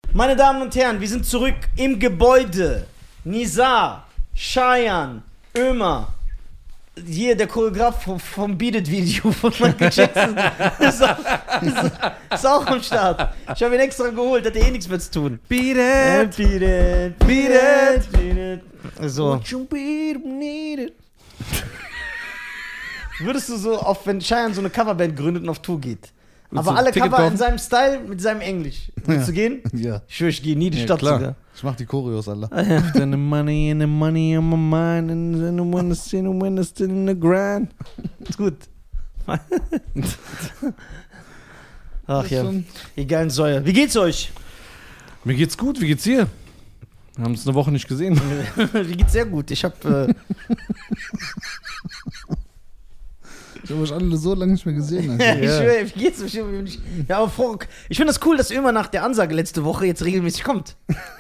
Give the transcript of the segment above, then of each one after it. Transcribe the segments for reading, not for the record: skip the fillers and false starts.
Meine Damen und Herren, wir sind zurück im Gebäude. Nizar, Cheyenne, Ömer. Hier der Choreograf vom Beat It Video von Michael Jackson ist auch am Start. Ich habe ihn extra geholt, hat nichts mehr zu tun. Beat it, Beat it, beat it, beat it. So. Würdest du so, wenn Cheyenne so eine Coverband gründet und auf Tour geht, aber alle Ticket Cover kaufen? in seinem Style, mit seinem English. Willst du gehen? Ja. Ich schwöre, ich gehe nie in die Ja, Stadt klar. sogar. Ich mach die Choreos, Alter. Then the money on my mind and then when it's still in the grind. Ist gut. Ach ja, ihr geilen Säue. Wie geht's euch? Mir geht's gut, wie geht's dir? Wir haben uns eine Woche nicht gesehen. Mir geht's sehr gut. Ich habe Ich habe euch alle so lange nicht mehr gesehen. ja, Also. ich schwöre, wie geht's euch? Ja, aber ich finde das cool, dass immer nach der Ansage letzte Woche jetzt regelmäßig kommt.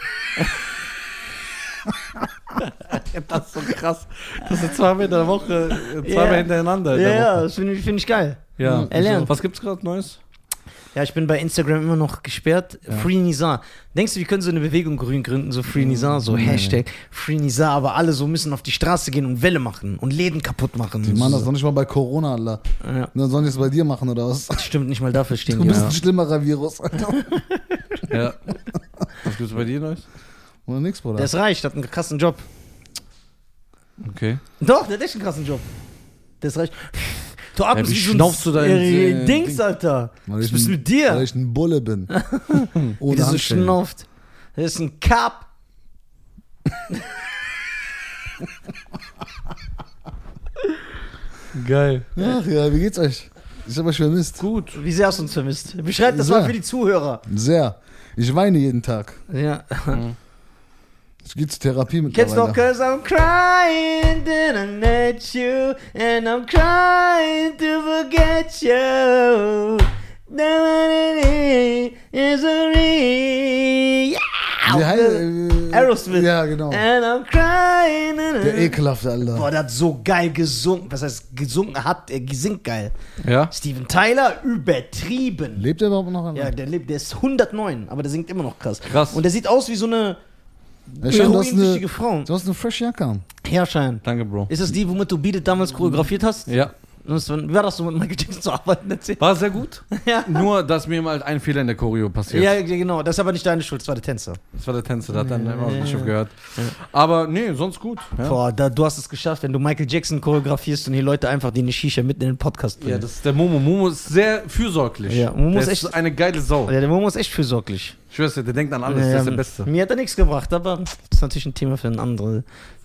Das ist so krass. Das sind zweimal in der Woche, zweimal hintereinander. in der Ja, Woche. das find ich geil. Ja. Erlernt. Was gibt's gerade Neues? Ja, ich bin bei Instagram immer noch gesperrt. Ja. Free Nizar. Denkst du, wir können so eine Bewegung gründen, so Free Nizar, so Hashtag Free Nizar, aber alle so müssen auf die Straße gehen und Welle machen und Läden kaputt machen. Die machen das noch nicht mal bei Corona, Alter. Ja. Dann sollen die es bei dir machen, oder was? Stimmt, nicht mal dafür stehen Du die. bist Ja. ein schlimmerer Virus, Alter. Ja. Was gibt's bei dir Neues? Oder nix, Bruder. Der ist reich, der hat einen krassen Job. Okay. Doch, der hat echt einen krassen Job. Der ist reich. Du atmest wie wie so ein schnaufst du da ins, Dings, Ding? Alter. Weil Was ich bist ein- mit dir? Weil ich ein Bulle bin. Wie Ohne der so Handschellen. schnauft. Der ist ein Cup. Geil. Ach ja, wie geht's euch? Ich hab euch vermisst. Gut. Wie sehr hast du uns vermisst? Beschreib das Sehr. mal für die Zuhörer. Sehr. Ich weine jeden Tag. Ja. Ich gehe zur Therapie Kennst du noch, mittlerweile. cause I'm crying, then I met you, and I'm crying to forget you. Is a real. Aerosmith. Ja, genau. And I'm crying. Der ekelhafte, Alter. Boah, der hat so geil gesungen. Was heißt gesungen hat? Er singt geil. Ja? Steven Tyler, übertrieben. Lebt er überhaupt noch? Alter? Ja, der lebt, der ist 109, aber der singt immer noch krass. Krass. Und der sieht aus wie so eine Ja, schön, heroinsüchtige Frau. du hast eine fresh Jacke an. Herrschein. Danke, Bro. Ist das die, womit du Beat It damals choreografiert hast? Ja. Wie war das so, mit Michael Jackson zu arbeiten? Erzähl. War sehr gut. Ja. Nur, dass mir mal ein Fehler in der Choreo passiert. Ja, genau. Das ist aber nicht deine Schuld, das war der Tänzer. Das war der Tänzer, der hat dann immer nicht gehört. Aber nee, sonst gut. Ja, Boah, du hast es geschafft, wenn du Michael Jackson choreografierst und die Leute einfach die eine Shisha mitten in den Podcast bringen. ja, das ist der Momo. Momo ist sehr fürsorglich. Ja, Momo der ist ist echt- eine geile Sau. Ja, der Momo ist echt fürsorglich. Ich schwör's dir, der denkt an alles, der ist der Beste. Mir hat er nichts gebracht, aber das ist natürlich ein Thema für einen anderen.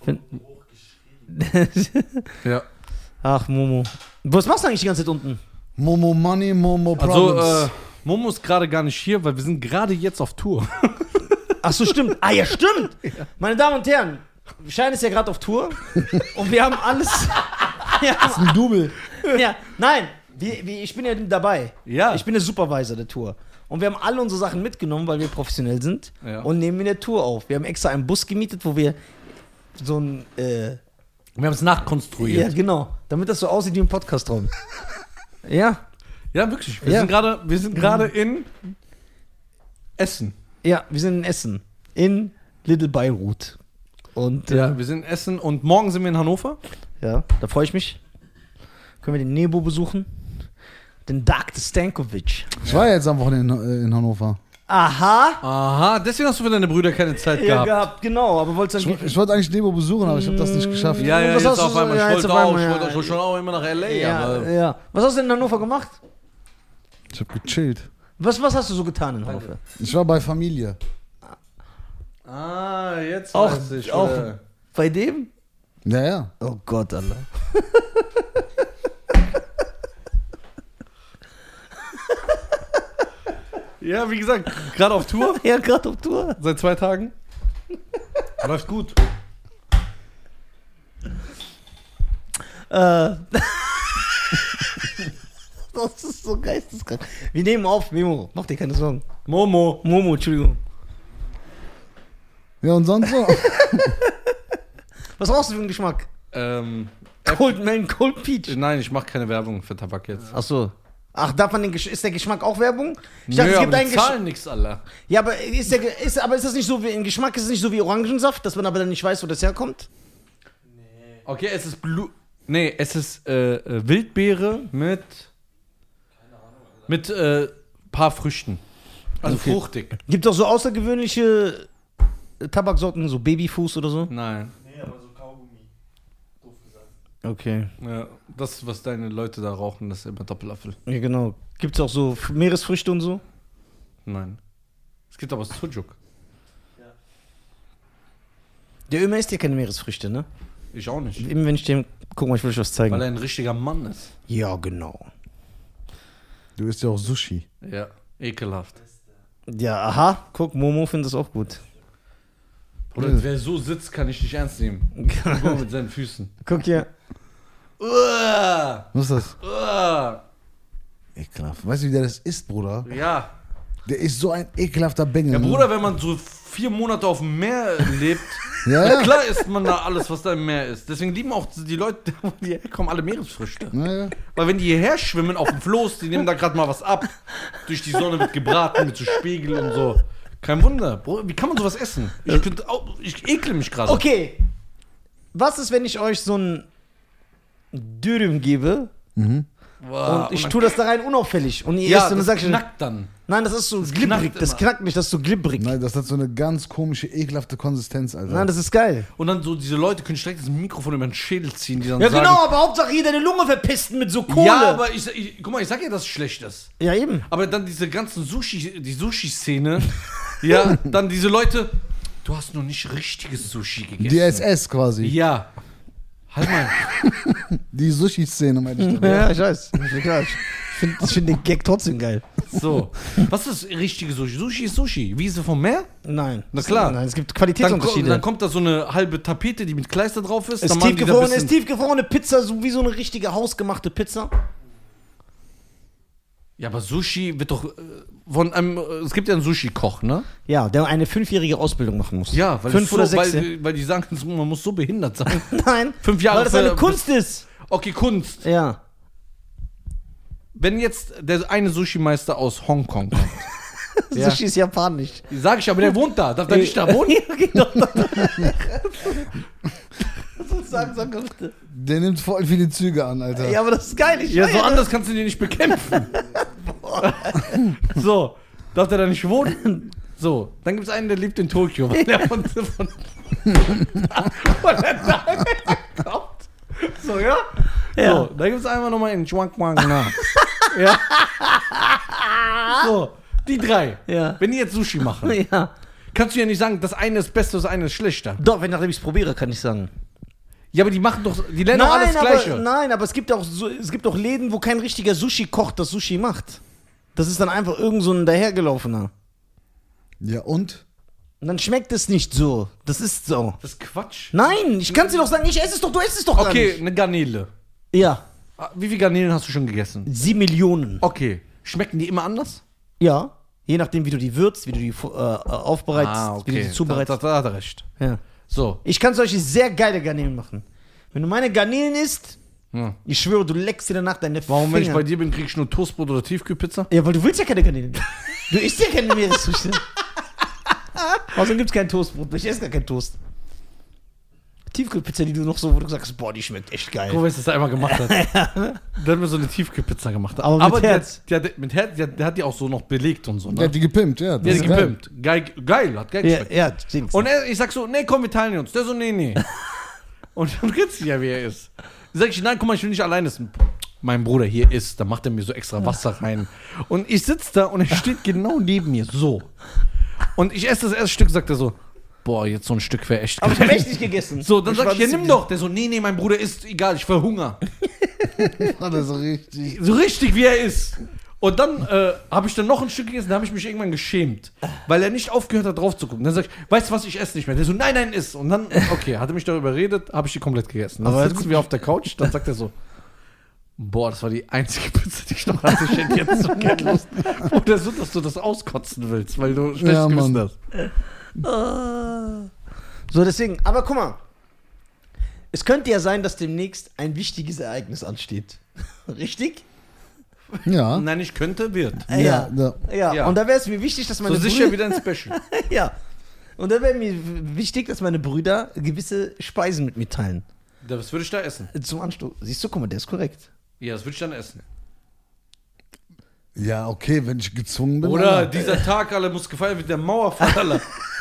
Ja. Ach, Momo. Was machst du eigentlich die ganze Zeit unten? Momo Money, Momo Also, Problems. Momo ist gerade gar nicht hier, weil wir sind gerade jetzt auf Tour. Ach so, stimmt. Ah ja, stimmt. Meine Damen und Herren, Schein ist ja gerade auf Tour und wir haben alles... Das ist ein Double. Ja, nein, ich bin ja dabei. Ja. Ich bin der Supervisor der Tour. Und wir haben alle unsere Sachen mitgenommen, weil wir professionell sind Ja. und nehmen in der Tour auf. Wir haben extra einen Bus gemietet, wo wir so ein... Wir haben es nachkonstruiert. ja, genau. Damit das so aussieht wie ein Podcastraum. Ja, Ja, wirklich. Wir Ja. sind gerade in Essen. ja, wir sind in Essen. In Little Beirut. Und Ja, wir sind in Essen und morgen sind wir in Hannover. ja, da freue ich mich. Können wir den Nebo besuchen? Den Dark Stankovic. Ich war ja jetzt am Wochenende in Hannover. Aha. Aha, deswegen hast du für deine Brüder keine Zeit Ja, gehabt. genau, aber wolltest du dann... Ich wollte eigentlich Nebo besuchen, aber ich habe das nicht geschafft. Ja, ja, Was jetzt hast du auf so- einmal. ja, Ich jetzt wollte auf auch, einmal, ich wollte schon auch immer nach L.A., Ja, aber... ja. Was hast du denn in Hannover gemacht? Ich habe gechillt. Was hast du so getan in Hannover? Ich war bei Familie. Ah, jetzt Auch- weiß ich. auch- oder? Bei dem? Ja, ja. Oh Gott, Allah. Ja, wie gesagt, gerade auf Tour. Ja, gerade auf Tour. Seit 2 Tagen. Läuft gut. Das ist so geisteskrank. Wir nehmen auf, Memo. Mach dir keine Sorgen. Momo. Momo, Entschuldigung. Ja, und sonst so? Was brauchst du für einen Geschmack? Cold Melon, Cold Peach. Nein, ich mache keine Werbung für Tabak jetzt. Ach so. Ach, ist der Geschmack auch Werbung? Ich Nö, dachte, es gibt aber einen die zahlen nichts, Alter. Ja, aber ist das nicht so wie, im Geschmack ist es nicht so wie Orangensaft, dass man aber dann nicht weiß, wo das herkommt? Okay, es ist es ist Wildbeere mit paar Früchten. Also Okay. fruchtig. Gibt es auch so außergewöhnliche Tabaksorten, so Babyfuß oder so? Nein. Nee, aber so Kaugummi. Doof gesagt. Okay. Ja, das, was deine Leute da rauchen, das ist immer Doppelapfel. Ja, genau. Gibt es auch so Meeresfrüchte und so? Nein. Es gibt aber Sujuk. Der Ömer isst ja keine Meeresfrüchte, ne? Ich auch nicht. Eben wenn ich dem... Guck mal, ich will euch was zeigen. Weil er ein richtiger Mann ist. Ja, genau. Du isst ja auch Sushi. Ja, ekelhaft. Ja, aha. Guck, Momo findet das auch gut. Oder wer so sitzt, kann ich nicht ernst nehmen. Guck mal mit seinen Füßen. Guck hier. Uah, Was ist das? uah. Ekelhaft. Weißt du, wie der das isst, Bruder? Ja. Der ist so ein ekelhafter Bengel. Ja, ne? Bruder, wenn man so 4 Monate auf dem Meer lebt, Ja, ja, ja. klar isst man da alles, was da im Meer ist. Deswegen lieben auch die Leute, wo die herkommen, alle Meeresfrüchte. Ja. Weil wenn die hierher schwimmen auf dem Floß, die nehmen da gerade mal was ab. Durch die Sonne wird gebraten mit so Spiegel und so. Kein Wunder. Bruder, wie kann man sowas essen? Ich ekle mich gerade. Okay. Was ist, wenn ich euch so ein Dürüm gebe Wow, und ich dann- tue das da rein unauffällig und ihr ja, isst und dann das sagst du, knackt dann. nein, das ist so knackt glibberig. Das immer. knackt nicht, das ist so glibberig. Nein, das hat so eine ganz komische, ekelhafte Konsistenz, Alter. Nein, das ist geil. Und dann so diese Leute können direkt das Mikrofon über den Schädel ziehen, die dann Ja, sagen... genau, aber Hauptsache hier deine Lunge verpisten mit so Kohle. Ja, aber guck mal, ich sag ja, dass es schlecht ist. Ja, eben. Aber dann diese ganzen die Sushi-Szene, ja, dann diese Leute, du hast noch nicht richtiges Sushi gegessen. Die SS quasi. Ja. Halt mal. Die Sushi-Szene, meine ich. doch. Ja, ich weiß. Ist klar. Ich find den Gag trotzdem geil. So. Was ist richtige Sushi? Sushi ist Sushi. Wiese vom Meer? Nein. Na klar. Nein, es gibt Dann Qualitätsunterschiede. kommt da so eine halbe Tapete, die mit Kleister drauf ist. Ist dann machen die da ein bisschen- tiefgefrorene Pizza, so wie so eine richtige hausgemachte Pizza. Ja, aber Sushi wird doch von einem. Es gibt ja einen Sushi-Koch, ne? Ja, der eine 5-jährige Ausbildung machen muss. Ja, weil 5 es oder so, 6. weil die sagen, man muss so behindert sein. Nein, 5 Jahre weil das für- eine Kunst ist. Okay, Kunst. Ja. Wenn jetzt der eine Sushi-Meister aus Hongkong kommt, Ja. Sushi ist japanisch. sag ich, aber der wohnt da. Darf der nicht da wohnen? Ja, genau. Was sollst du sagen? Sag doch bitte. Der nimmt voll viele Züge an, Alter. Ja, aber das ist geil. Ich Ja, so feier anders kannst du den nicht bekämpfen. So, darf der da nicht wohnen? So, dann gibt es einen, der lebt in Tokio, weil der von weil er da kommt. So, ja? Ja. So, da gibt es einmal nochmal in Chuanquangna. Ja. So, die 3. Ja. Wenn die jetzt Sushi machen, das. Ja. kannst du ja nicht sagen, das eine ist besser, das eine ist schlechter. Doch, nachdem ich es probiere, kann ich sagen. Ja, aber die machen doch, die lernen doch alles Gleiche. Nein, aber es gibt auch Läden, wo kein richtiger Sushi-Koch das Sushi macht. Das ist dann einfach irgend so ein dahergelaufener. Ja, und? Und dann schmeckt es nicht so. Das ist so. Das ist Quatsch. Nein, ich kann es dir doch sagen, ich esse es doch, du isst es doch gar Okay, nicht. eine Garnele. Ja, Wie viele Garnelen hast du schon gegessen? 7 Millionen. Okay. Schmecken die immer anders? Ja, je nachdem, wie du die würzt, wie du die aufbereitest, wie du die zubereitest. Da hat er recht. Ja. So. Ich kann solche sehr geile Garnelen machen. Wenn du meine Garnelen isst, Ja. ich schwöre, du leckst dir danach deine Warum, wenn ich Finger. bei dir bin, krieg ich nur Toastbrot oder Tiefkühlpizza? Ja, weil du willst ja keine Garnelen. Du isst ja keine Meeresfrüchte. Außerdem gibt's kein Toastbrot. Ich esse gar keinen Toast. Tiefkühlpizza, die du noch so, wo du sagst, boah, die schmeckt echt geil. Guck mal, was das da einmal gemacht hat. Der hat mir so eine Tiefkühlpizza gemacht. Aber mit Herz. Mit Herz, der hat die auch so noch belegt und so. Der Ne? hat die gepimpt, ja. Der Das hat ist geil. gepimpt. Geil, hat geil Ja, geschmeckt. ja, Dings. Und ich sag so, nee, komm, wir teilen uns. Der so, nee. Und dann ritzt ja, wie er ist. Dann sag ich, nein, guck mal, ich will nicht allein essen. Mein Bruder hier isst, dann macht er mir so extra Wasser rein. Und ich sitze da und er steht genau neben mir, so. Und ich esse das erste Stück, sagt er so, boah, jetzt so ein Stück wäre echt Aber ich geil. hab echt nicht gegessen. So, dann Ich sag war ich, ja, ein nimm bisschen- doch. Der so, nee, mein Bruder isst, egal, ich verhungere. Hat er so richtig. So richtig, wie er ist. Und dann habe ich dann noch ein Stück gegessen, da habe ich mich irgendwann geschämt, weil er nicht aufgehört hat, drauf zu gucken. Dann sag ich, weißt du was, ich esse nicht mehr. Der so, nein, iss. Und dann, okay, hat er mich darüber redet, habe ich die komplett gegessen. Dann Aber sitzen wir auf der Couch, dann sagt er so, boah, das war die einzige Pizza, die ich noch hatte. Ich hätte jetzt so gerne Lust. Oder so, dass du das auskotzen willst, weil du schlechtes Ja, Gewissen Mann. hast. So, deswegen, aber guck mal. Es könnte ja sein, dass demnächst ein wichtiges Ereignis ansteht. Richtig? Ja. Nein, ich könnte, wird. Ja. Ja. Ja. Und da wäre es mir wichtig, dass meine So sicher wieder ein Special. Ja. Und da wäre mir wichtig, dass meine Brüder gewisse Speisen mit mir teilen. Das würde ich da essen. Zum Anstoß. Siehst du, guck mal, der ist korrekt. Ja, das würde ich dann essen. Ja, okay, wenn ich gezwungen bin. Oder Alter. dieser Tag, alle muss gefeiert wird, der Mauerfall, alle.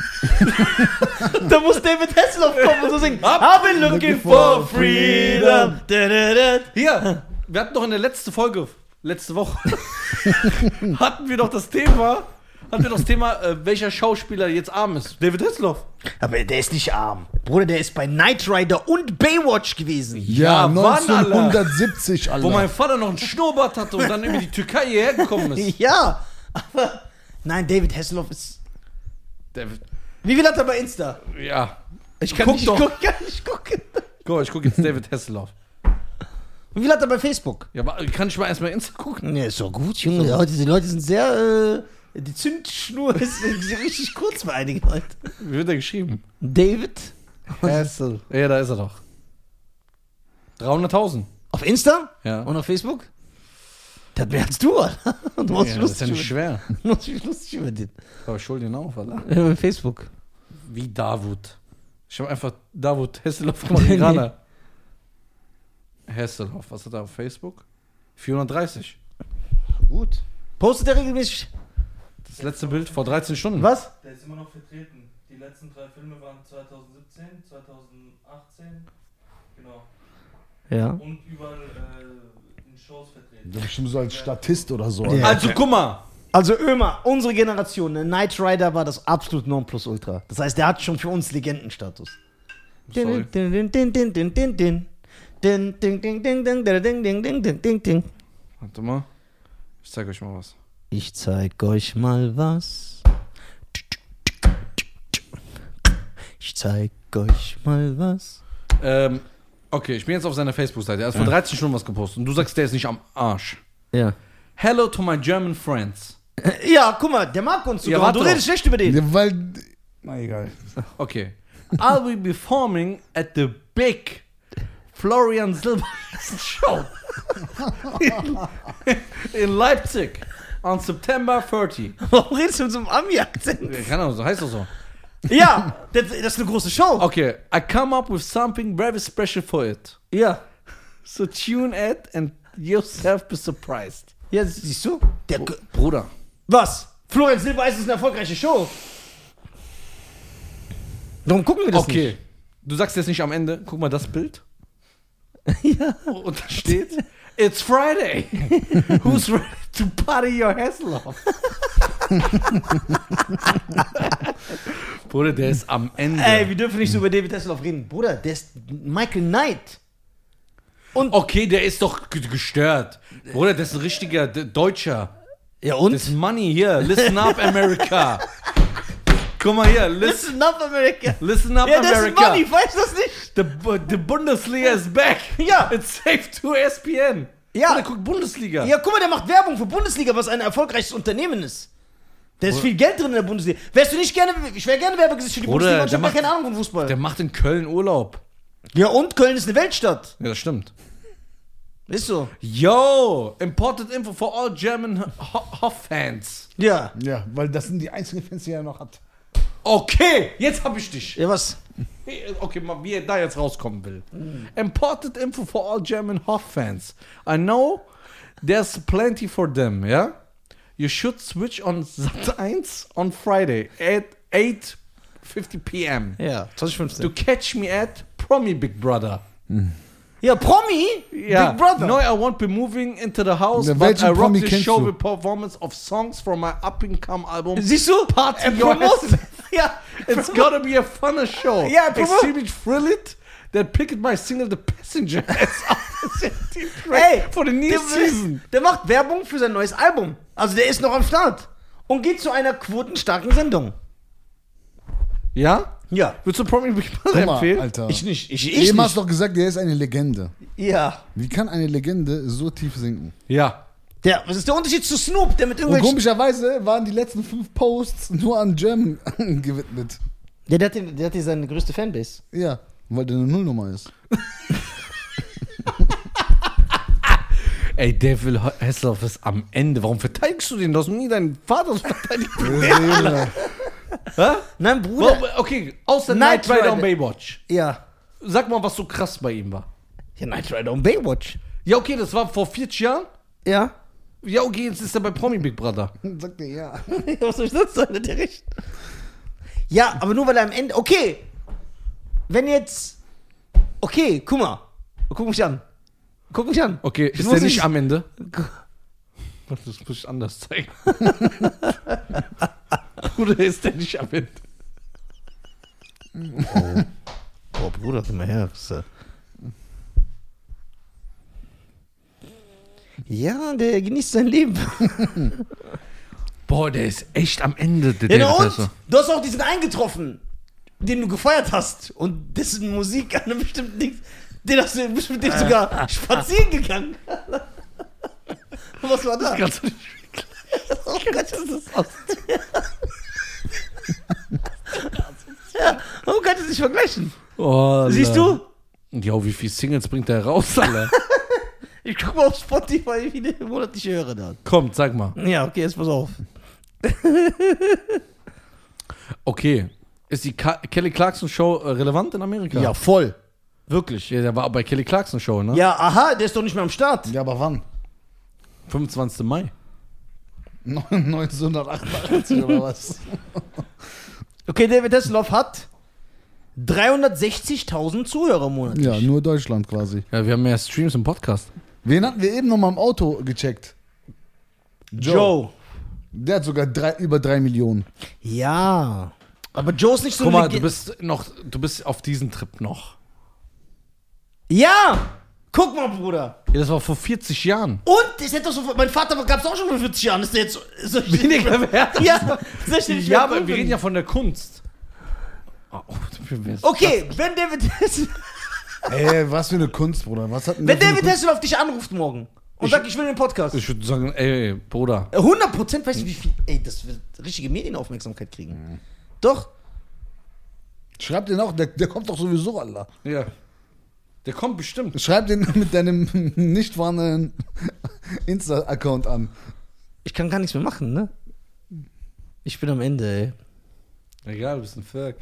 Da muss David Hasselhoff kommen und so singen. Up. I've been looking for freedom. Hier, wir hatten doch in der letzten Folge, letzte Woche, hatten wir doch das Thema, welcher Schauspieler jetzt arm ist. David Hasselhoff. Aber der ist nicht arm. Bruder, der ist bei Knight Rider und Baywatch gewesen. Ja, Ja, wann, Alter? 1970, Alter. Wo mein Vater noch einen Schnurrbart hatte und dann über die Türkei hierher gekommen ist. Ja, aber nein, David Hasselhoff ist. David, Wie viel hat er bei Insta? ja. Ich kann Guck nicht doch. gucken. Kann nicht gucken. Guck mal, ich gucke jetzt David Hasselhoff. Wie viel hat er bei Facebook? Ja, aber kann ich mal erstmal Insta gucken? Ne, ist doch gut, Junge. Ja, diese Leute sind sehr. Die Zündschnur ist richtig kurz bei einigen Leuten. Wie wird er geschrieben? David? Hassel. Ja, da ist er doch. 300.000. Auf Insta? Ja. Und auf Facebook? Der hat mehr als du, Alter. Und du machst dich Ja, das ist ja lustig nicht schwer. Du machst dich lustig über den. Aber ich schuld ihn auf, Alter. Ja, bei Facebook. Wie Davut. Ich habe einfach Davut Hasselhoff gemacht, Iraner. Hasselhoff, was hat er auf Facebook? 430. Gut. Postet er regelmäßig? Das letzte Bild vor 13 Stunden. Was? Der ist immer noch vertreten. Die letzten 3 Filme waren 2017, 2018, genau. Ja. Und überall in Shows vertreten. Ja, bestimmt so als Statist oder so. Ja. Also guck mal. Also Ömer, unsere Generation, ne, Knight Rider war das absolut Nonplusultra. Das heißt, der hat schon für uns Legendenstatus. Sorry. Din, din, din, din, din, din, din. Din, ding, ding, ding, ding, ding, ding, ding, ding, ding, ding, ding. Warte mal. Ich zeig euch mal was. Ich zeig euch mal was. Ich zeig euch mal was. Okay, ich bin jetzt auf seiner Facebook-Seite. Er hat vor 13 Stunden was gepostet. Und du sagst, der ist nicht am Arsch. Ja. Hello to my German friends. Ja, guck mal, der mag uns sogar. Ja, warte Du redest schlecht über den. Ja, weil. Na egal. Okay. I'll be performing at the big Florian Silbereisen show in Leipzig on September 30. Warum redest du mit so einem Ami-Akzent? Keine Ahnung, so heißt das so. Ja, das ist eine große Show. Okay, I come up with something very special for it. Ja. So tune it and yourself be surprised. Ja, siehst du? Der Bruder. Was? Florian Silbereisen ist eine erfolgreiche Show. Warum gucken wir das Okay, nicht? du sagst jetzt nicht am Ende, guck mal das Bild. Ja. Und da steht, it's Friday. Who's ready to party your Hasselhoff? Bruder, der ist am Ende. Ey, wir dürfen nicht so über David Hasselhoff reden. Bruder, der ist Michael Knight. Okay, der ist doch gestört. Bruder, das ist ein richtiger Deutscher. Ja und? Das ist Money hier. Listen up, America. Guck mal hier. Listen up, America. Listen up, Ja, das ist America. Money, weißt du das nicht? The Bundesliga is back. Ja. It's safe to ESPN. Ja. Bruder, guck Bundesliga. Ja, guck mal, der macht Werbung für Bundesliga, was ein erfolgreiches Unternehmen ist. Da ist viel Geld drin in der Bundesliga. Wärst du nicht gerne, ich wäre gerne Werbegesicht für die Bruder, Bundesliga und ich der hab gar macht- keine Ahnung von Fußball. Der macht in Köln Urlaub. Ja und? Köln ist eine Weltstadt. Ja, das stimmt. Ist so. Yo, important info for all German Hoff-Fans. Ja. Ja, weil das sind die einzigen Fans, die er noch hat. Okay, jetzt hab ich dich. Ja, was? Okay, mal, wie er da jetzt rauskommen will. Important info for all German Hoff-Fans. I know there's plenty for them, yeah? You should switch on Sat.1 on Friday at 8:50 p.m. Ja, 2015. to catch me at Promi Big Brother. Ja, Promi? Yeah. Big Brother. No, I won't be moving into the house, Ja, but welchen I rock Promi this kennst show du? with performance of songs from my up-and-come album. Siehst du? Party Er your promotet. ass. Ja. It's gotta be a funner show. Ja, extremely thrilled that picked my single The Passenger as the Ey, for the new season. Der macht Werbung für sein neues Album. Also der ist noch am Start. Und geht zu einer quotenstarken Sendung. Ja? Ja. Willst du Promi Big Brother Guck mal, empfehlen? Alter. Ich nicht. Ich Eben hast nicht. du doch gesagt, der ist eine Legende. Ja. Wie kann eine Legende so tief sinken? Ja. Was ist der Unterschied zu Snoop, der mit Und irgendwelchen... komischerweise waren die letzten 5 Posts nur an German gewidmet. Ja, der hat hier seine größte Fanbase. Ja, weil der eine Nullnummer ist. Ey, David Hasselhoff ist am Ende. Warum verteidigst du den? Du hast nie deinen Vater verteidigt. Hä? Nein, Bruder. Okay, außer Knight Knight Rider Rider. und Baywatch. Ja. Sag mal, was so krass bei ihm war. Ja, Knight Rider und Baywatch. Ja, okay, das war vor 40 Jahren. Ja. Ja, okay, jetzt ist er bei Promi Big Brother. Sagt er ja. Was soll ich sonst sagen? Hat der recht? Ja, aber nur weil er am Ende. Okay. Wenn jetzt. Okay, guck mal. Guck mich an. Guck mich an. Okay, Ich ist muss er nicht nicht- am Ende? Das muss ich anders zeigen. Oder ist der nicht am Ende? Boah, Bruder, komm mal her. Ja, der genießt sein Leben. Boah, der ist echt am Ende. Der Ja, David und? Hasselhoff. Du hast auch diesen eingetroffen, den du gefeiert hast. Und dessen Musik an einem bestimmten Ding. Den hast du bist mit dem sogar spazieren gegangen. Was war da? Kannst du nicht Oh Gott, das ist aus. Oh Gott, das nicht vergleichen. Oh, Siehst du? Ja, wie viele Singles bringt der raus, Alter? Ich guck mal auf Spotify, wie viele monatliche Hörer da hat. Kommt, sag mal. Ja, okay, jetzt pass auf. Okay, ist die Kelly Clarkson Show relevant in Amerika? Ja, voll. Wirklich? Ja, der war bei Kelly Clarkson Show, ne? Ja, aha, der ist doch nicht mehr am Start. Ja, aber wann? 25. Mai. 1988 oder was? Okay, David Hasselhoff hat 360.000 Zuhörer monatlich. Ja, nur Deutschland quasi. Ja, wir haben mehr Streams im Podcast. Wen hatten wir eben noch mal im Auto gecheckt? Joe. Der hat sogar über 3 Millionen. Ja. Aber Joe ist nicht so Guck mal, lege- du bist auf diesem Trip noch. Ja! Guck mal, Bruder. Ja, das war vor 40 Jahren. Und es hätte doch so. Mein Vater gab es auch schon vor 40 Jahren. Ist der jetzt so Weniger wert. Ja, soll ich den nicht Ja, mehr aber wir prüfen? reden ja von der Kunst. Oh, wer ist Okay, wenn David Ey, was für eine Kunst, Bruder. Was hat denn wenn der für eine David Kunst? Hasselhoff dich anruft morgen und sagt, ich will den Podcast. Ich würde sagen, ey, Bruder. 100%, weißt du, wie viel. Ey, das wird richtige Medienaufmerksamkeit kriegen. Doch. Schreib den auch, der kommt doch sowieso, Alter. Ja. Der kommt bestimmt. Schreib den mit deinem nicht vorhandenen Insta-Account an. Ich kann gar nichts mehr machen, ne? Ich bin am Ende, ey. Egal, du bist ein Ferg.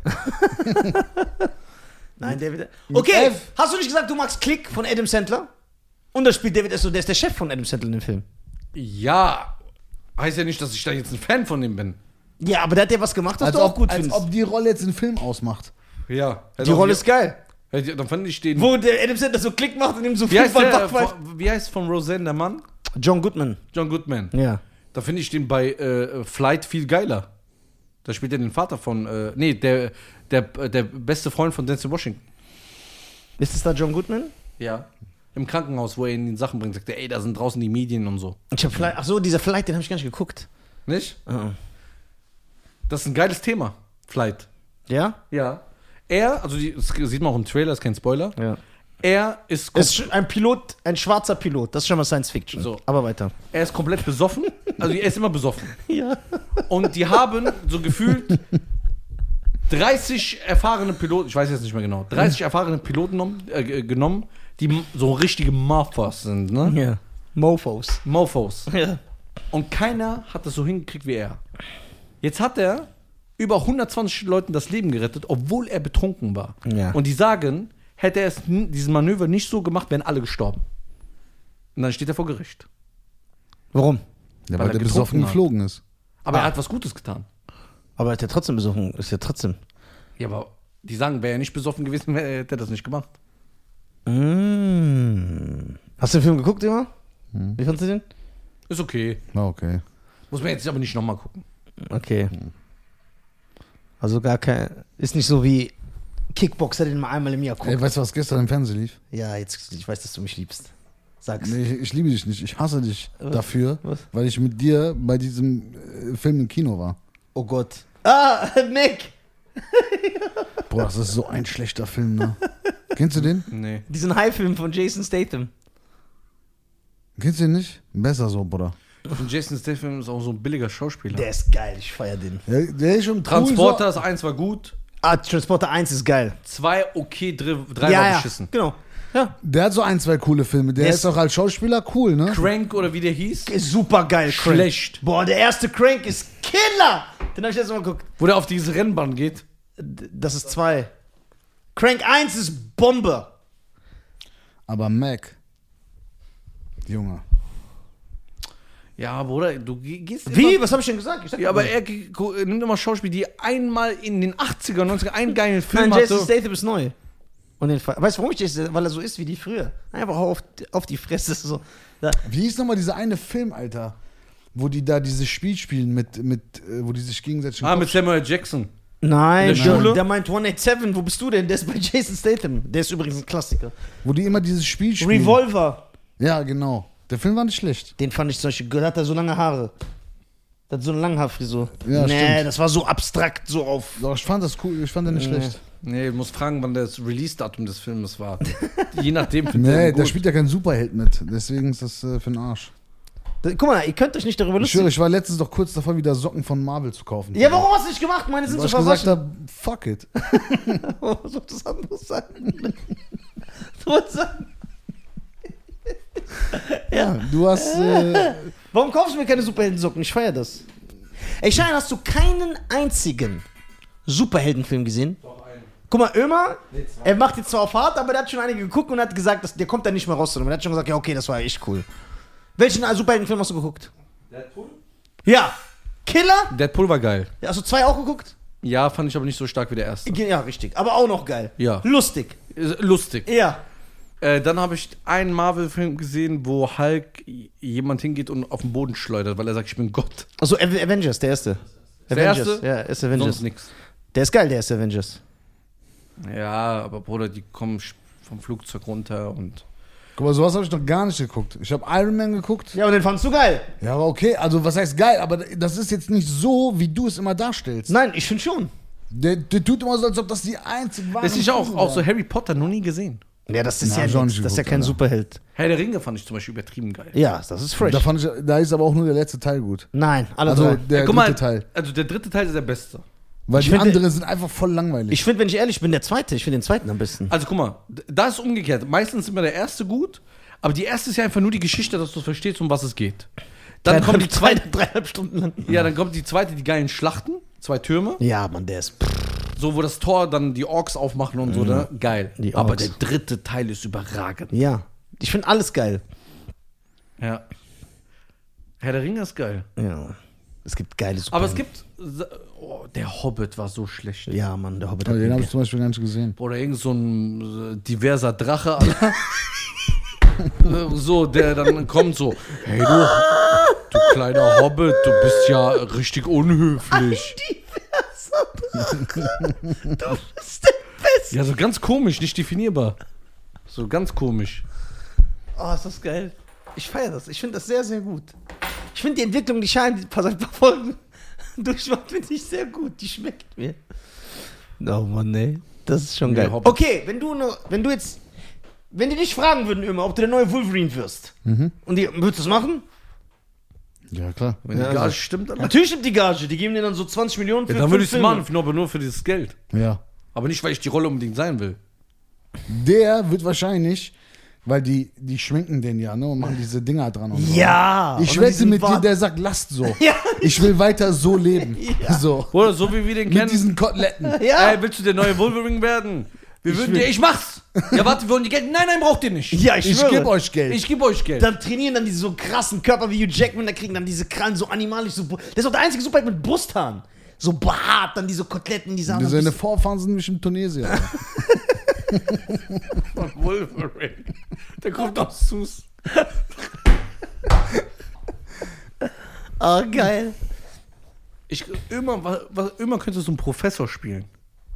Nein, David. Okay, F. hast du nicht gesagt, du magst Click von Adam Sandler? Und da spielt David Hasselhoff, der ist der Chef von Adam Sandler in dem Film. Ja. Heißt ja nicht, dass ich da jetzt ein Fan von ihm bin. Ja, aber der hat ja was gemacht, was Als du auch gut als findest. ob die Rolle jetzt einen Film ausmacht. Ja. Die Rolle ist geil. Dann fand ich den. Wo der Adam Sandler so Klick macht und ihm so Wie heißt, fünfmal der, Backpfeife. wie heißt von Roseanne der Mann? John Goodman. John Goodman. Ja. Da finde ich den bei Flight viel geiler. Da spielt er den Vater von, der beste Freund von Denzel Washington. Ist es da John Goodman? Ja. Im Krankenhaus, wo er ihn die Sachen bringt, sagt er, ey, da sind draußen die Medien und so. Ich hab Flight, ach so, dieser Flight, den habe ich gar nicht geguckt. Nicht? Ah. Das ist ein geiles Thema. Flight. Ja? Ja. Das sieht man auch im Trailer, ist kein Spoiler. Ja. Er ist, Es ist ein Pilot, ein schwarzer Pilot. Das ist schon mal Science Fiction. So. Aber weiter. er ist komplett besoffen. Also er ist immer besoffen. Ja. Und die haben so gefühlt 30 erfahrene Piloten, ich weiß jetzt nicht mehr genau, 30 erfahrene Piloten genommen, die so richtige Mofos sind, ne? Ja. Mofos. Mofos. Ja. Und keiner hat das so hingekriegt wie er. Jetzt hat er über 120 Leuten das Leben gerettet, obwohl er betrunken war. Ja. Und die sagen, hätte er diesen Manöver nicht so gemacht, wären alle gestorben. Und dann steht er vor Gericht. Warum? Ja, Weil weil er der besoffen getrunken hat. geflogen ist. Aber er hat was Gutes getan. Aber er hat ja trotzdem besuchen. Ist ja trotzdem. Ja, aber die sagen, wäre er nicht besoffen gewesen, hätte er das nicht gemacht. Hast du den Film geguckt immer? Wie fandest du den? Ist okay. Na, okay. Muss man jetzt aber nicht nochmal gucken. Okay. Also gar kein. Ist nicht so wie Kickboxer, den man einmal im Jahr guckt. Ey, weißt du, was gestern im Fernsehen lief? Ja, jetzt, ich weiß, dass du mich liebst. Sag's. Nee, ich liebe dich nicht. Ich hasse dich dafür, Was? weil ich mit dir bei diesem Film im Kino war. Oh Gott. Ah, Mac! Boah, das ist so ein schlechter Film, ne? Kennst du den? Nee. Diesen High-Film von Jason Statham. Kennst du den nicht? Besser so, Bruder. Und Jason Statham ist auch so ein billiger Schauspieler. Der ist geil, ich feier den. Der ist schon cool, Transporter, das 1 war gut, Ah, Transporter 1 ist geil. 2 okay, 3 war beschissen. Genau. Ja. Der hat so ein, zwei coole Filme. Der Der ist auch als Schauspieler cool, ne? Crank oder wie der hieß? Ist super geil, Crank. Schlecht. Boah, der erste Crank ist Killer. Den hab ich jetzt mal geguckt. Wo der auf diese Rennbahn geht. Das ist 2. Crank 1 ist Bombe. Aber Mac. Junge. Ja, Bruder, du gehst Wie? immer... Was habe ich denn gesagt? Ich sag Ja, aber mal. er nimmt immer Schauspieler, die einmal in den 80er, 90er einen geilen Film Nein, Jason hatte. Statham ist neu. Und weißt du, warum ich das? Weil er so ist wie die früher. Einfach auf die Fresse. So. Ja. Wie hieß nochmal dieser eine Film, Alter? Wo die da dieses Spiel spielen wo die sich gegenseitig... Mit Samuel Jackson. Nein, In der Schule? der meint 187. Wo bist du denn? Der ist bei Jason Statham. Der ist übrigens ein Klassiker. Wo die immer dieses Spiel spielen. Revolver. Ja, genau. Der Film war nicht schlecht. Den fand ich zum Beispiel, da hat er so lange Haare. Der hat so eine Langhaarfrisur. Ja, nee, stimmt. das war so abstrakt, so auf. Doch, ich fand das cool. Ich fand den nicht schlecht. Nee, du musst fragen, wann das Release-Datum des Filmes war. Je nachdem. Nee, da spielt ja kein Superheld mit. Deswegen ist das für den Arsch. Guck mal, ihr könnt euch nicht darüber Ich schwöre, lustig. ich war letztens doch kurz davor, wieder Socken von Marvel zu kaufen. Ja, warum hast du nicht gemacht? Meine sind Weil so ich gesagt verwaschen. habe, fuck it. Was soll das anderes sein? Du wolltest sagen, Ja, du hast... warum kaufst du mir keine Superheldensocken? Ich feier das. Ey, Schein, hast du keinen einzigen Superheldenfilm gesehen? Doch, einen. Guck mal, Ömer, Nee, 2. er macht jetzt zwar auf hart, aber der hat schon einige geguckt und hat gesagt, der kommt da nicht mehr raus. Und er hat schon gesagt, ja, okay, das war echt cool. Welchen Superheldenfilm hast du geguckt? Deadpool? Ja. Killer? Deadpool war geil. Ja, hast du 2 auch geguckt? Ja, fand ich aber nicht so stark wie der erste. Ja, richtig. Aber auch noch geil. Ja. Lustig. Lustig. Ja. Dann habe ich einen Marvel-Film gesehen, wo Hulk jemand hingeht und auf den Boden schleudert, weil er sagt, ich bin Gott. Also Avengers, der erste. Der Avengers. erste? Ja, ist Avengers. Sonst nix. Der ist geil, der erste Avengers. Ja, aber Bruder, die kommen vom Flugzeug runter und... Guck mal, sowas habe ich noch gar nicht geguckt. Ich habe Iron Man geguckt. Ja, und den fandst du geil. Ja, aber okay. Also, was heißt geil? Aber das ist jetzt nicht so, wie du es immer darstellst. Nein, ich finde schon. Der tut immer so, als ob das die einzig waren. Das ist ja auch so Harry Potter, noch nie gesehen. Ja, das ist Na, ja schon nix. nicht Das ist ja geguckt, kein Alter. Superheld. Herr der Ringe fand ich zum Beispiel übertrieben geil. Ja, das ist fresh. Da ist aber auch nur der letzte Teil gut. Nein, alle Also drei. der Guck dritte mal, Teil. also der dritte Teil ist der beste. Weil Ich die finde- anderen sind einfach voll langweilig. Ich finde, wenn ich ehrlich bin, der zweite. Ich finde den zweiten am besten. Also guck mal, da ist umgekehrt. Meistens ist immer der erste gut, aber die erste ist ja einfach nur die Geschichte, dass du verstehst, um was es geht. Dann kommt die zweite, 3,5 Stunden lang. ja, dann kommt die zweite, die geilen Schlachten, 2 Türme, Ja, Mann, der ist. so wo das Tor dann die Orks aufmachen und so, ne? Geil. Die Aber Orks. der dritte Teil ist überragend. Ja. Ich finde alles geil. Ja. Herr der Ringe ist geil. Ja. Es gibt geile Aber es Superhelden. gibt, der Hobbit war so schlecht. Ja, Mann, der Hobbit Aber den habe ich hat. zum Beispiel gar nicht gesehen. Oder irgend so ein diverser Drache, Alter. So, der dann kommt so, hey du kleiner Hobbit, du bist ja richtig unhöflich. Du bist der Beste. Ja, so ganz komisch, nicht definierbar. So ganz komisch. Oh, ist das geil. Ich feiere das. Ich finde das sehr, sehr gut. Ich finde die Entwicklung, die Schein, die paar Folgen durchmacht, finde ich sehr gut. Die schmeckt mir. Oh Mann, nee. Das ist schon Nee, geil. Hobbit. Okay, wenn die dich fragen würden immer, ob du der neue Wolverine wirst. Und die, würdest du das machen? Ja, klar. Wenn die Ja, Gage also- stimmt, dann, Natürlich stimmt die Gage. Die geben dir dann so 20 Millionen für ja, dann würde ich es fünf machen, Filme. aber nur für dieses Geld. Ja. Aber nicht, weil ich die Rolle unbedingt sein will. Der wird wahrscheinlich, weil die schminken den ja, ne? Und machen diese Dinger dran und so. Ja. Ich und wette diesen mit dir, Bart- der sagt, lasst so. Ja. Ich will weiter so leben. Ja. So. Oder so wie wir den Mit kennen. diesen Koteletten. Ja. Ey, willst du der neue Wolverine werden? Wir würden will- dir, ich mach's. Ja, warte, wir wollen die Geld. Nein, braucht ihr nicht. Ja, ich Ich schwöre. gebe euch Geld. Ich gebe euch Geld. Dann trainieren dann diese so krassen Körper wie Hugh Jackman, da kriegen dann diese Krallen so animalisch so. Der ist auch der einzige Superheld mit Brusthaaren. So behaart, dann diese Koteletten, die sahen. Seine Vorfahren sind nämlich in Tunesien. Von Wolverine. Der kommt aus Sus. Oh, geil. Immer könntest du einen Professor spielen.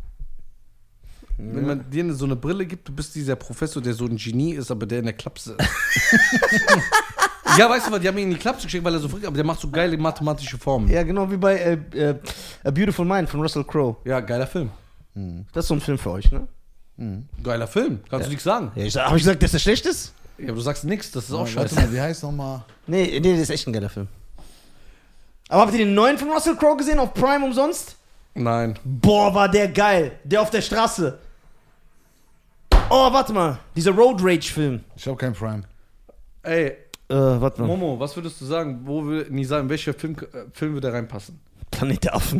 Wenn man dir so eine Brille gibt, du bist dieser Professor, der so ein Genie ist, aber der in der Klapse ist. Ja, weißt du was, die haben ihn in die Klapse geschickt, weil er so fragt, aber der macht so geile mathematische Formen. Ja, genau wie bei A Beautiful Mind von Russell Crowe. Ja, geiler Film. Das ist so ein Film für euch, ne? Geiler Film, kannst du nichts sagen. Ja, hab ich gesagt, dass der schlecht ist? Ja, aber du sagst nichts, das ist auch Warte scheiße. mal, wie heißt nochmal? Nee, das ist echt ein geiler Film. Aber habt ihr den neuen von Russell Crowe gesehen auf Prime umsonst? Nein. Boah, war der geil. Der auf der Straße. Oh, warte mal. Dieser Road Rage-Film. Ich habe kein Prime. Ey, Warte mal. Momo, was würdest du sagen? Wo will Nisa, in welcher Film würde reinpassen? Planet der Affen.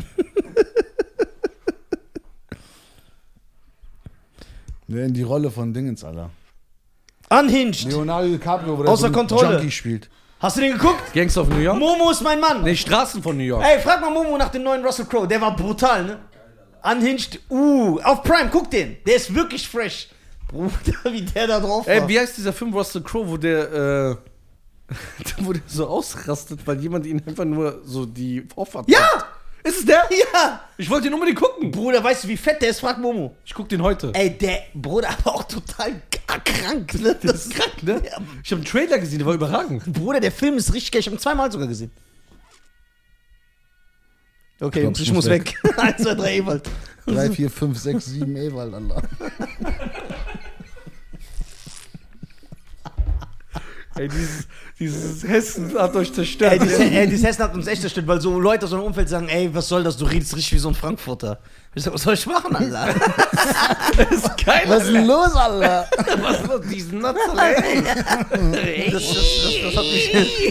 Der in die Rolle von Dingens, Alter. Unhinged. Leonardo DiCaprio, wo der Außer so einen Kontrolle. Junkie spielt. Hast du den geguckt? Gangster of New York? Momo ist mein Mann. Nee, Straßen von New York. Ey, frag mal Momo nach dem neuen Russell Crowe. Der war brutal, ne? Unhinged. Auf Prime, guck den. Der ist wirklich fresh. Bruder, wie der da drauf war. Ey, wie heißt dieser Film Russell Crowe, wo der so ausrastet, weil jemand ihn einfach nur so die Vorfahrt... Ja! Ist es der? Ja! Ich wollte ihn unbedingt gucken. Bruder, weißt du, wie fett der ist? Frag Momo. Ich guck den heute. Ey, der Bruder aber auch total krank, ne? Das ist krank, ne? Ja, Ich habe einen Trailer gesehen, der war überragend. Bruder, der Film ist richtig geil. Ich habe ihn zweimal sogar gesehen. Okay, glaub, ich muss weg. 1, 2, 3, Ewald. 3, 4, 5, 6, 7 Ewald, Alter. Ey, dieses Hessen hat euch zerstört. Dieses Hessen hat uns echt zerstört, weil so Leute aus so einem Umfeld sagen, ey, was soll das, du redest richtig wie so ein Frankfurter. Ich sag, was soll ich machen, Alter? Das ist geil. Was ist denn los, Alter? Was ist los? Diesen Natzerl, ey. Das hat mich...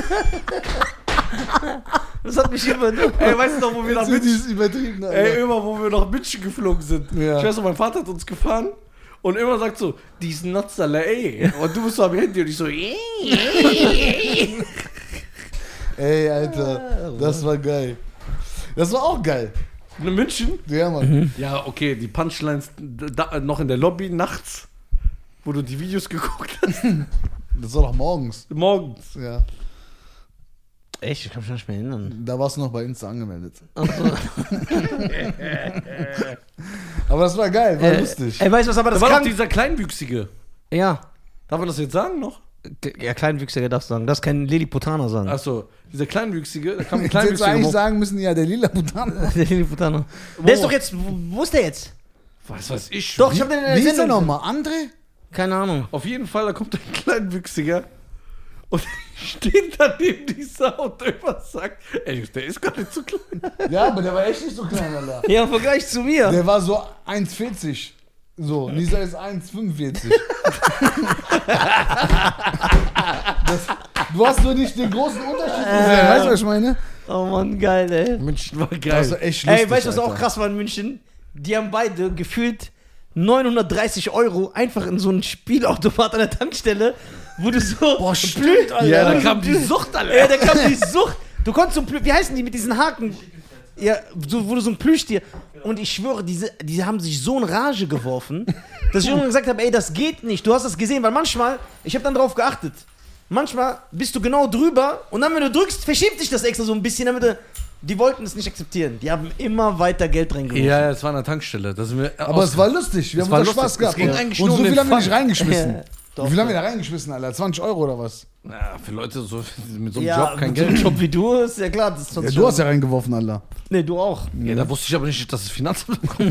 Das hat mich übernommen. Ey, weißt du noch, wo wir nach Das ist München... übertrieben, Alter. Ey, immer, wo wir nach München geflogen sind. Ja. Ich weiß noch, mein Vater hat uns gefahren und immer sagt so, diesen Natzerl, ey. Und du bist so am Handy und ich so, Ey, Alter, das war geil. Das war auch geil. In München? Ja, Mann. Ja, okay, die Punchlines noch in der Lobby nachts, wo du die Videos geguckt hast. Das war doch morgens. Morgens. Ja. Echt? Ich kann mich nicht mehr erinnern. Da warst du noch bei Insta angemeldet. Aber das war geil, war lustig. Ey, weißt du was, aber Da das war doch kann... dieser Kleinwüchsige. Ja. Darf man das jetzt sagen noch? Ja, Kleinwüchsiger darfst du sagen. Das kann Lilliputaner sagen. Achso, dieser Kleinwüchsige, da kam ein Jetzt hättest du Kleinwüchsiger. eigentlich sagen müssen, ja, der lila Butana. Der Lilliputaner. Der ist doch jetzt... Wo ist der jetzt? Was weiß ich. Doch, ich hab den in der Wie ist der Sendung. nochmal? André? Keine Ahnung. Auf jeden Fall, da kommt ein Kleinwüchsiger und steht da neben dieser und irgendwas sagt, ey, der ist gar nicht so klein. Ja, aber der war echt nicht so klein, Alter. Ja, im Vergleich zu mir. Der war so 1,40. So, Nisa ist 1,45. Du hast nur nicht den großen Unterschied gesehen. Weißt du, was ich meine? Oh Mann, geil, ey. München war Das geil. war echt lustig. Ey, weißt du, was auch Alter. krass war in München? Die haben beide gefühlt 930 € einfach in so einen Spielautomat an der Tankstelle, wo du so... Boah, stimmt, Alter. Ja, da kam die Sucht, Alter. Ja, da kam die Sucht. Du konntest so ein wie heißen die mit diesen Haken? Ja, so, wo du so ein Plüschtier... Und ich schwöre, diese haben sich so in Rage geworfen, dass ich irgendwann gesagt habe, ey, das geht nicht. Du hast das gesehen, weil manchmal, ich habe dann drauf geachtet, manchmal bist du genau drüber und dann, wenn du drückst, verschiebt sich das extra so ein bisschen, damit du... Die wollten es nicht akzeptieren. Die haben immer weiter Geld reingeworfen. Ja, es war an der Tankstelle. Das sind wir Aber es war lustig. Wir Es haben war unser Spaß lustig. gehabt. Es ging Und eigentlich so nur um viel den haben wir nicht Fun. reingeschmissen. Doch, Wie viel haben wir da reingeschmissen, Alter? 20 € oder was? Ja, für Leute so, mit so einem Ja, Job kein mit so einem Geld. Job wie du ist ja klar. Das ist Ja, sonst du hast ja reingeworfen, Alter. Nee, du auch. Ja, da wusste ich aber nicht, dass das Finanzamt kommt.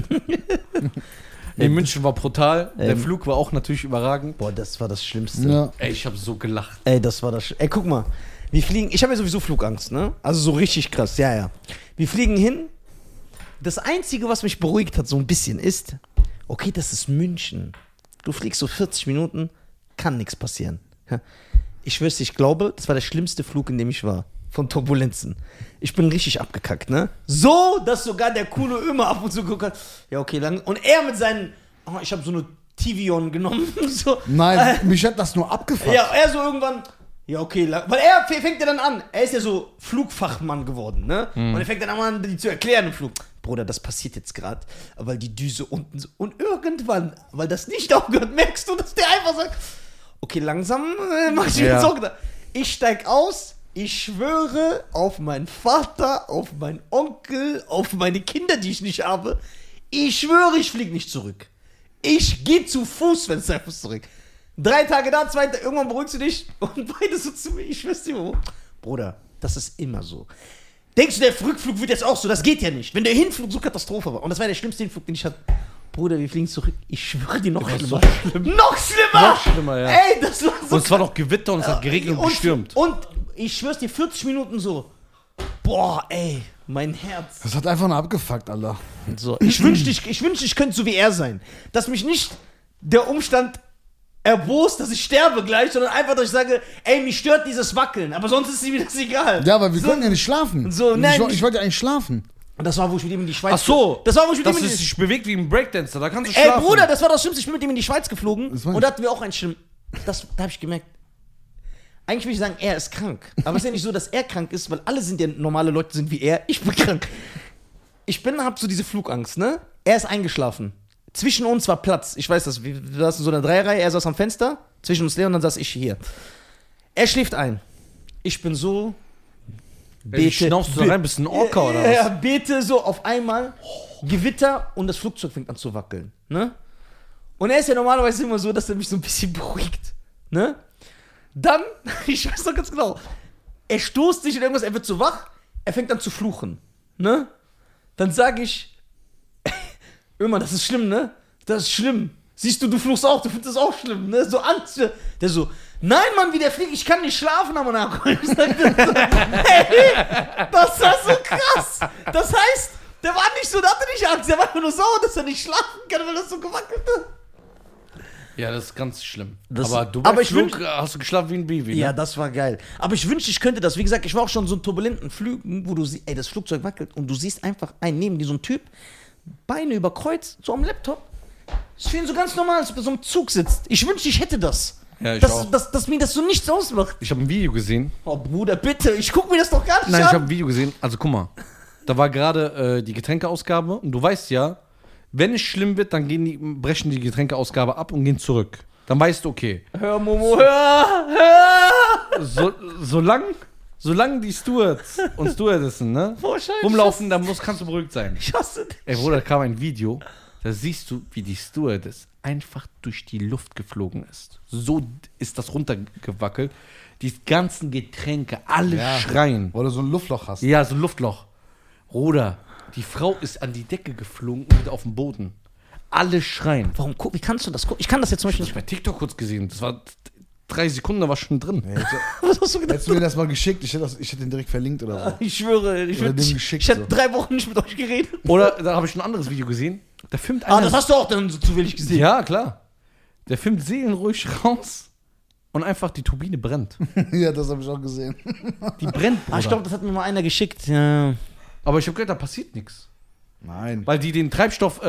In München war brutal. Der Flug war auch natürlich überragend. Boah, das war das Schlimmste. Ja. Ey, ich habe so gelacht. Ey, das war das. Ey, guck mal. Wir fliegen. Ich habe ja sowieso Flugangst, ne? Also so richtig krass, ja, ja. Wir fliegen hin. Das Einzige, was mich beruhigt hat, so ein bisschen, ist, okay, das ist München. Du fliegst so 40 Minuten, kann nichts passieren. Ja. Ich schwör's, ich glaube, das war der schlimmste Flug, in dem ich war. Von Turbulenzen. Ich bin richtig abgekackt, ne? So, dass sogar der coole Ömer ab und zu guckt hat. Ja, okay, lang. Und er mit seinen. Oh, ich habe so eine Tivion genommen. So. Nein, mich hat das nur abgefuckt. Ja, er so irgendwann, ja, okay, weil er fängt ja dann an, er ist ja so Flugfachmann geworden, ne? Und er fängt dann an, die zu erklären im Flug. Bruder, das passiert jetzt gerade, weil die Düse unten so, und irgendwann, weil das nicht aufgehört, merkst du, dass der einfach sagt, okay, langsam mach ich jetzt auch. Ich steig aus, ich schwöre auf meinen Vater, auf meinen Onkel, auf meine Kinder, die ich nicht habe. Ich schwöre, ich fliege nicht zurück. Ich gehe zu Fuß, wenn es einfach zurück. 3 Tage da, 2 Tage, irgendwann beruhigst du dich und beide so zu mir, ich schwör's dir, Bruder, das ist immer so. Denkst du, der Rückflug wird jetzt auch so? Das geht ja nicht. Wenn der Hinflug so Katastrophe war. Und das war der schlimmste Hinflug, den ich hatte. Bruder, wir fliegen zurück. Ich schwöre dir, noch schlimmer. Noch schlimmer! Noch schlimmer, ja. Ey, das war so. Und es war noch Gewitter und es hat geregnet und gestürmt. Und ich schwör's dir, 40 Minuten so. Boah, ey, mein Herz. Das hat einfach nur abgefuckt, Alter. So, ich wünschte, ich könnte so wie er sein. Dass mich nicht der Umstand erbost, dass ich sterbe gleich, sondern einfach, dass ich sage, ey, mich stört dieses Wackeln, aber sonst ist mir das egal. Ja, aber wir konnten ja nicht schlafen. So, nein, ich wollte ja eigentlich schlafen. Und das war, wo ich mit ihm in die Schweiz... Ach so. Das war, wo ich mit ihm Das in die... ist sich bewegt wie ein Breakdancer, da kannst du schlafen. Ey, Bruder, das war das Schlimmste. Ich bin mit ihm in die Schweiz geflogen Das war und da hatten wir auch einen Schlimm. Da habe ich gemerkt, eigentlich will ich sagen, er ist krank. Aber es ist ja nicht so, dass er krank ist, weil alle sind ja normale Leute sind wie er. Ich bin krank. Hab so diese Flugangst, ne? Er ist eingeschlafen. Zwischen uns war Platz. Ich weiß das, wir saßen in so einer Dreierreihe, er saß am Fenster, zwischen uns leer und dann saß ich hier. Er schläft ein. Ich bin so... Bete. Schnaufst du da rein, bist du ein Orca oder was? Ja, bete so auf einmal, Gewitter und das Flugzeug fängt an zu wackeln, ne? Und er ist ja normalerweise immer so, dass er mich so ein bisschen beruhigt, ne? Dann, ich weiß noch ganz genau, er stoßt sich in irgendwas, er wird so wach, er fängt an zu fluchen, ne? Dann sage ich, Ömer, das ist schlimm, ne? Das ist schlimm. Siehst du, du fluchst auch, du findest das auch schlimm, ne? So Angst. Der so, nein, Mann, wie der fliegt, ich kann nicht schlafen, aber nach. Ich sag, hey, das war so krass. Das heißt, der war nicht so, der hatte nicht Angst, der war nur sauer, dass er nicht schlafen kann, weil das so gewackelt hat. Ja, das ist ganz schlimm. Das- aber du aber bei ich Flug hast du geschlafen wie ein Baby, ne? Ja, das war geil. Aber ich wünschte, ich könnte das. Wie gesagt, ich war auch schon in so einen turbulenten Flügen, wo du siehst, ey, das Flugzeug wackelt und du siehst einfach einen neben dir, so ein Typ, Beine über Kreuz, so am Laptop. Ist für ihn so ganz normal, als ob er so im Zug sitzt. Ich wünschte, ich hätte das. Ja, ich dass, auch. dass mir das so nichts ausmacht. Ich habe ein Video gesehen. Oh, Bruder, bitte, ich guck mir das doch gar nicht Nein, ich habe an. ein Video gesehen. Also guck mal, da war gerade die Getränkeausgabe und du weißt ja, wenn es schlimm wird, dann brechen die Getränkeausgabe ab und gehen zurück. Dann weißt du, okay. Hör, Momo, hör. Solange die Stewards und Stewardessen, ne, Boah, Scheiße. rumlaufen, dann kannst du beruhigt sein. Ich hasse dich. Ey, Bruder, da kam ein Video, da siehst du, wie die Stewardess einfach durch die Luft geflogen ist. So ist das runtergewackelt. Die ganzen Getränke, alle Ja. schreien. Weil du so ein Luftloch hast. Ja, so ein Luftloch. Bruder, die Frau ist an die Decke geflogen und wieder auf den Boden. Alle schreien. Warum, wie kannst du das gucken? Ich kann das jetzt zum Beispiel Ich nicht. habe bei TikTok kurz gesehen. Das war 3 Sekunden, da war schon drin. Was hast du gedacht? Hättest du mir das mal geschickt, ich hätte den direkt verlinkt oder so. Ich schwöre, ich Oder dem geschickt, hätte so. 3 Wochen nicht mit euch geredet. Oder da habe ich ein anderes Video gesehen. Da filmt einer. Ah, das hast du auch dann so zufällig gesehen. Ja, klar. Der filmt seelenruhig raus und einfach die Turbine brennt. Ja, das habe ich auch gesehen. Die brennt, Bruder. Ah, ich glaube, das hat mir mal einer geschickt. Ja. Aber ich habe gehört, da passiert nichts. Nein. Weil die den Treibstoff,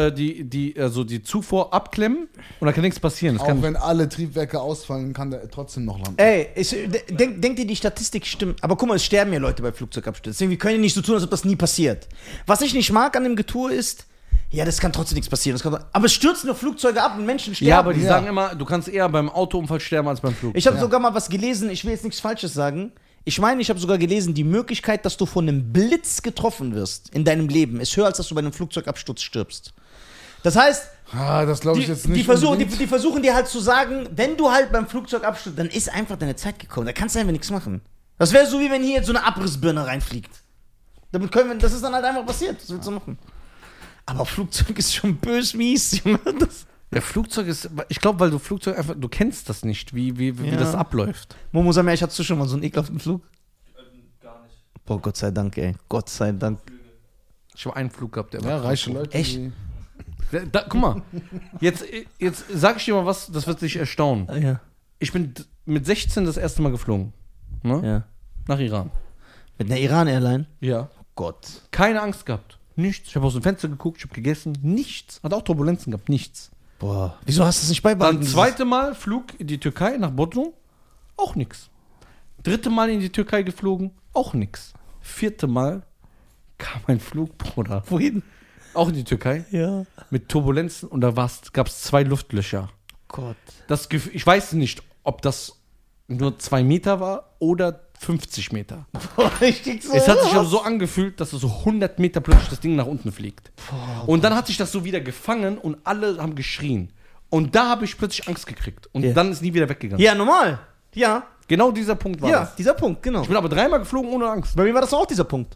die Zufuhr abklemmen und da kann nichts passieren. Das Auch kann wenn alle Triebwerke ausfallen, kann der trotzdem noch landen. Ey, denkt ihr, die Statistik stimmt? Aber guck mal, es sterben ja Leute bei Flugzeugabstürzen. Deswegen, wir können ja nicht so tun, als ob das nie passiert. Was ich nicht mag an dem Getue ist, ja, das kann trotzdem nichts passieren. Aber es stürzen nur Flugzeuge ab und Menschen sterben. ja, aber die Ja. sagen immer, du kannst eher beim Autounfall sterben als beim Flug. Ich habe sogar mal was gelesen, ich will jetzt nichts Falsches sagen. Ich meine, ich habe sogar gelesen, die Möglichkeit, dass du von einem Blitz getroffen wirst in deinem Leben, ist höher, als dass du bei einem Flugzeugabsturz stirbst. Das heißt, Ah, das glaube ich die, jetzt nicht. die, versuchen, unbedingt. die versuchen dir halt zu sagen, wenn du halt beim Flugzeugabsturz, dann ist einfach deine Zeit gekommen. Da kannst du einfach nichts machen. Das wäre so, wie wenn hier jetzt so eine Abrissbirne reinfliegt. Damit können wir, das ist dann halt einfach passiert. Was willst du machen? Aber Flugzeug ist schon bös mies, Junge. Der Flugzeug ist, ich glaube, weil du Flugzeug einfach, du kennst das nicht, wie Ja. das abläuft. Momo, sag mir, ich hattest du schon mal so einen ekelhaften Flug? Gar nicht. Boah, Gott sei Dank, ey. Gott sei Dank. Flüge. Ich habe einen Flug gehabt, der Ja, war reiche Leute. Echt? die- Guck mal, jetzt sag ich dir mal was, das wird dich erstaunen. Ja. Ich bin mit 16 das erste Mal geflogen. Ne? Ja. Nach Iran. Mit einer Iran-Airline? Ja. Gott. Keine Angst gehabt. Nichts. Ich habe aus dem Fenster geguckt, ich habe gegessen. Nichts. Hat auch Turbulenzen gehabt. Nichts. Boah. Wieso hast du es nicht beibehalten? Dann zweite Mal Flug in die Türkei nach Bodrum. Auch nichts. Dritte Mal in die Türkei geflogen. Auch nichts. Vierte Mal kam ein Flug, Bruder. Wohin? Auch in die Türkei. Ja. Mit Turbulenzen und da gab es 2 Luftlöcher. Gott. Ich weiß nicht, ob das nur 2 Meter war oder 50 Meter. Boah, richtig so. Es hat sich aber so angefühlt, dass so 100 Meter plötzlich das Ding nach unten fliegt. Und dann hat sich das so wieder gefangen und alle haben geschrien. Und da habe ich plötzlich Angst gekriegt. Und Ja. dann ist nie wieder weggegangen. Ja, normal. Ja. Genau dieser Punkt war Ja, das. dieser Punkt, genau. Ich bin aber 3-mal geflogen ohne Angst. Bei mir war das auch dieser Punkt.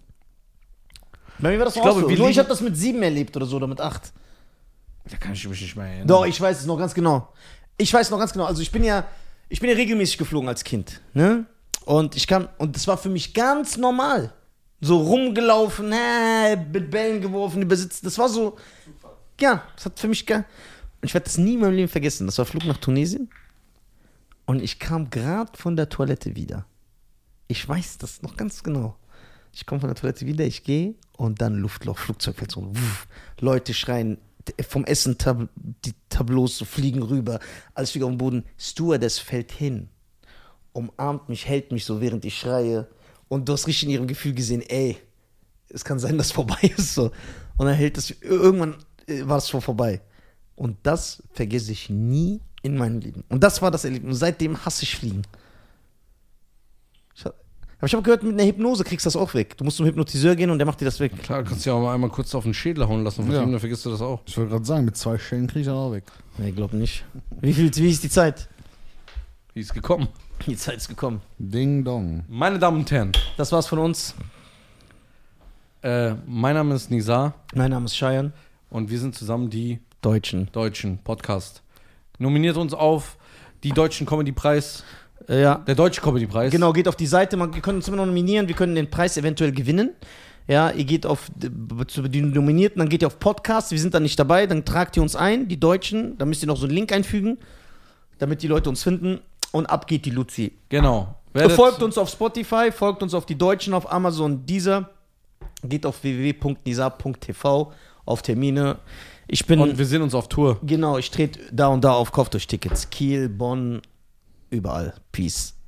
Bei mir war das Ich auch glaube, so. wir Nur ich liegen- habe das mit 7 erlebt oder so, oder mit 8. Da kann ich mich nicht mehr erinnern. Doch, ich weiß es noch ganz genau. Ich weiß noch ganz genau. Also ich bin ja regelmäßig geflogen als Kind, ne? Und das war für mich ganz normal. So rumgelaufen, mit Bällen geworfen, übersitzt. Das war so, ja, das hat für mich Und ich werde das nie in meinem Leben vergessen. Das war Flug nach Tunesien. Und ich kam gerade von der Toilette wieder. Ich weiß das noch ganz genau. Ich komme von der Toilette wieder, ich gehe und dann Luftloch, Flugzeug fällt so. Wuff. Leute schreien vom Essen, die Tableaus so fliegen rüber. Alles fliegt auf den Boden. Stewardess fällt hin, umarmt mich, hält mich so, während ich schreie. Und du hast richtig in ihrem Gefühl gesehen, ey, es kann sein, dass vorbei ist. So. Und dann hält es, irgendwann war es schon vorbei. Und das vergesse ich nie in meinem Leben. Und das war das Erlebnis. Und seitdem hasse ich Fliegen. Aber ich habe gehört, mit einer Hypnose kriegst du das auch weg. Du musst zum Hypnotiseur gehen und der macht dir das weg. Klar, kannst du ja auch mal einmal kurz auf den Schädel hauen lassen, Ja. dann vergisst du das auch. Ich wollte gerade sagen, mit 2 Stellen kriege ich das auch weg. Nee, ich glaube nicht. Wie ist die Zeit? Wie ist gekommen? Die Zeit ist gekommen. Ding dong. Meine Damen und Herren, Das war's von uns. mein Name ist Nizar Mein Name ist Cheyenne. und wir sind zusammen die Deutschen. Deutschen Podcast. Nominiert uns auf die Deutschen Comedy-Preis, Ja. der Deutsche Comedy-Preis. Genau, geht auf die Seite. Wir können uns immer noch nominieren. Wir können den Preis eventuell gewinnen. Ja, ihr geht auf die Nominierten, dann geht ihr auf Podcast. Wir sind da nicht dabei. Dann tragt ihr uns ein, die Deutschen. Dann müsst ihr noch so einen Link einfügen, damit die Leute uns finden. Und ab geht die Luzi. Genau. Folgt uns auf Spotify, folgt uns auf die Deutschen, auf Amazon, Deezer. Geht auf www.nizar.tv auf Termine. Und wir sehen uns auf Tour. Genau, ich trete da und da auf, kauft euch Tickets. Kiel, Bonn, überall. Peace.